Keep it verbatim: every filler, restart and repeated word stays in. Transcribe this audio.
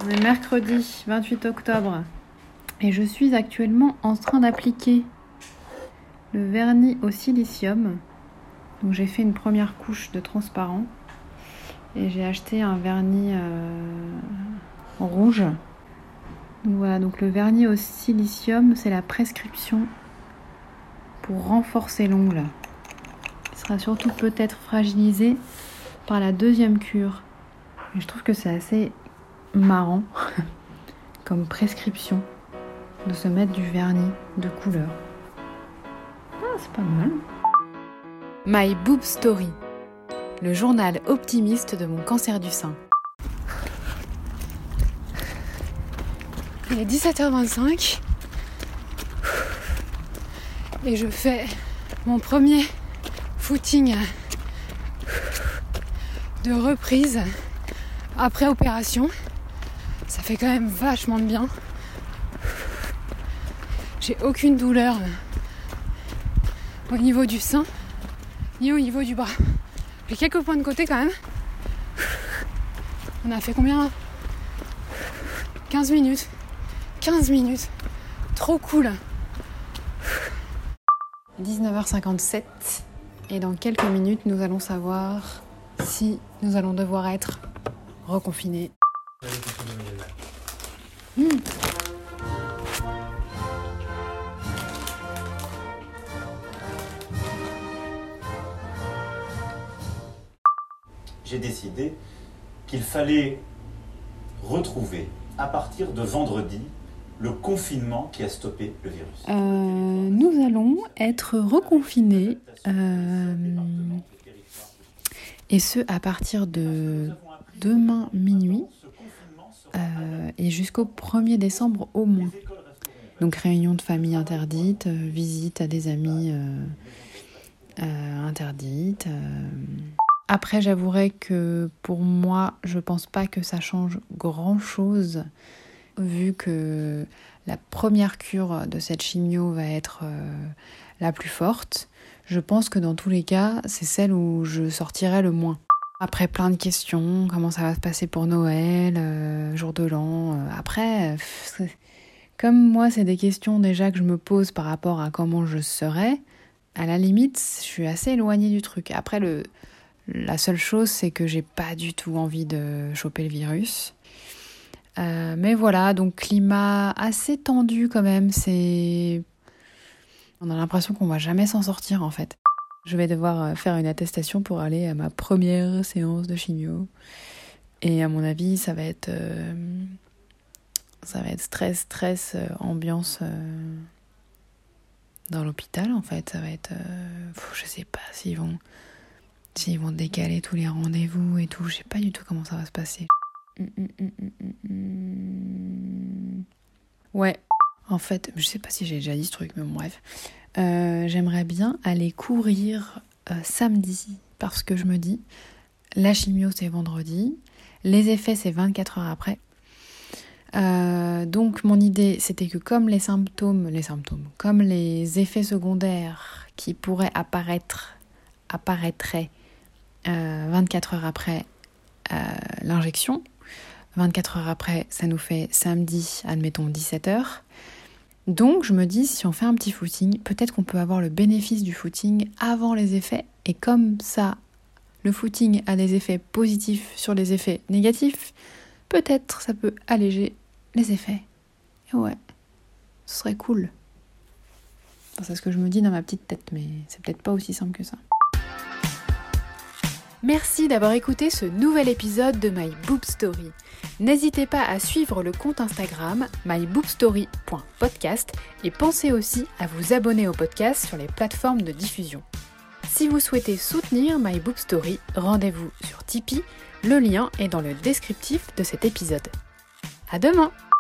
On est mercredi vingt-huit octobre et je suis actuellement en train d'appliquer le vernis au silicium. Donc j'ai fait une première couche de transparent et j'ai acheté un vernis euh, rouge. Donc voilà, donc le vernis au silicium, c'est la prescription pour renforcer l'ongle. Il sera surtout peut-être fragilisé par la deuxième cure. Et je trouve que c'est assez marrant comme prescription de se mettre du vernis de couleur. Ah, c'est pas mal. My Boob Story, le journal optimiste de mon cancer du sein. Il est dix-sept heures vingt-cinq et je fais mon premier footing de reprise après opération. Ça fait quand même vachement de bien. J'ai aucune douleur au niveau du sein ni au niveau du bras. J'ai quelques points de côté quand même. On a fait combien ? quinze minutes. quinze minutes. Trop cool. dix-neuf heures cinquante-sept et dans quelques minutes nous allons savoir si nous allons devoir être reconfinés. Mmh. J'ai décidé qu'il fallait retrouver à partir de vendredi le confinement qui a stoppé le virus. Euh, nous allons être reconfinés euh, et ce à partir de demain minuit euh, et jusqu'au premier décembre au moins. Donc réunion de famille interdite, euh, visite à des amis euh, euh, interdite. Euh. Après, j'avouerai que pour moi, je pense pas que ça change grand-chose vu que la première cure de cette chimio va être euh, la plus forte. Je pense que dans tous les cas, c'est celle où je sortirai le moins. Après, plein de questions, comment ça va se passer pour Noël, euh, jour de l'an. Euh, après, pff, comme moi, c'est des questions déjà que je me pose par rapport à comment je serai, à la limite, je suis assez éloignée du truc. Après, le, la seule chose, c'est que j'ai pas du tout envie de choper le virus. Euh, mais voilà, donc climat assez tendu quand même, c'est... On a l'impression qu'on va jamais s'en sortir en fait. Je vais devoir faire une attestation pour aller à ma première séance de chimio. Et à mon avis, ça va être... Euh... Ça va être stress, stress, euh, ambiance euh... dans l'hôpital en fait. Ça va être... Euh... Pff, je sais pas s'ils vont... S'ils vont décaler tous les rendez-vous et tout. Je sais pas du tout comment ça va se passer. Ouais, en fait, je sais pas si j'ai déjà dit ce truc, mais bon, bref. Euh, j'aimerais bien aller courir euh, samedi, parce que je me dis, la chimio c'est vendredi, les effets c'est vingt-quatre heures après. Euh, donc mon idée c'était que comme les symptômes, les symptômes, comme les effets secondaires qui pourraient apparaître, apparaîtraient euh, vingt-quatre heures après euh, l'injection, vingt-quatre heures après, ça nous fait samedi, admettons dix-sept heures. Donc, je me dis, si on fait un petit footing, peut-être qu'on peut avoir le bénéfice du footing avant les effets. Et comme ça, le footing a des effets positifs sur les effets négatifs, peut-être ça peut alléger les effets. Et ouais, ce serait cool. Enfin, c'est ce que je me dis dans ma petite tête, mais c'est peut-être pas aussi simple que ça. Merci d'avoir écouté ce nouvel épisode de My Boob Story. N'hésitez pas à suivre le compte Instagram my boob story point podcast et pensez aussi à vous abonner au podcast sur les plateformes de diffusion. Si vous souhaitez soutenir My Boob Story, rendez-vous sur Tipeee, le lien est dans le descriptif de cet épisode. À demain!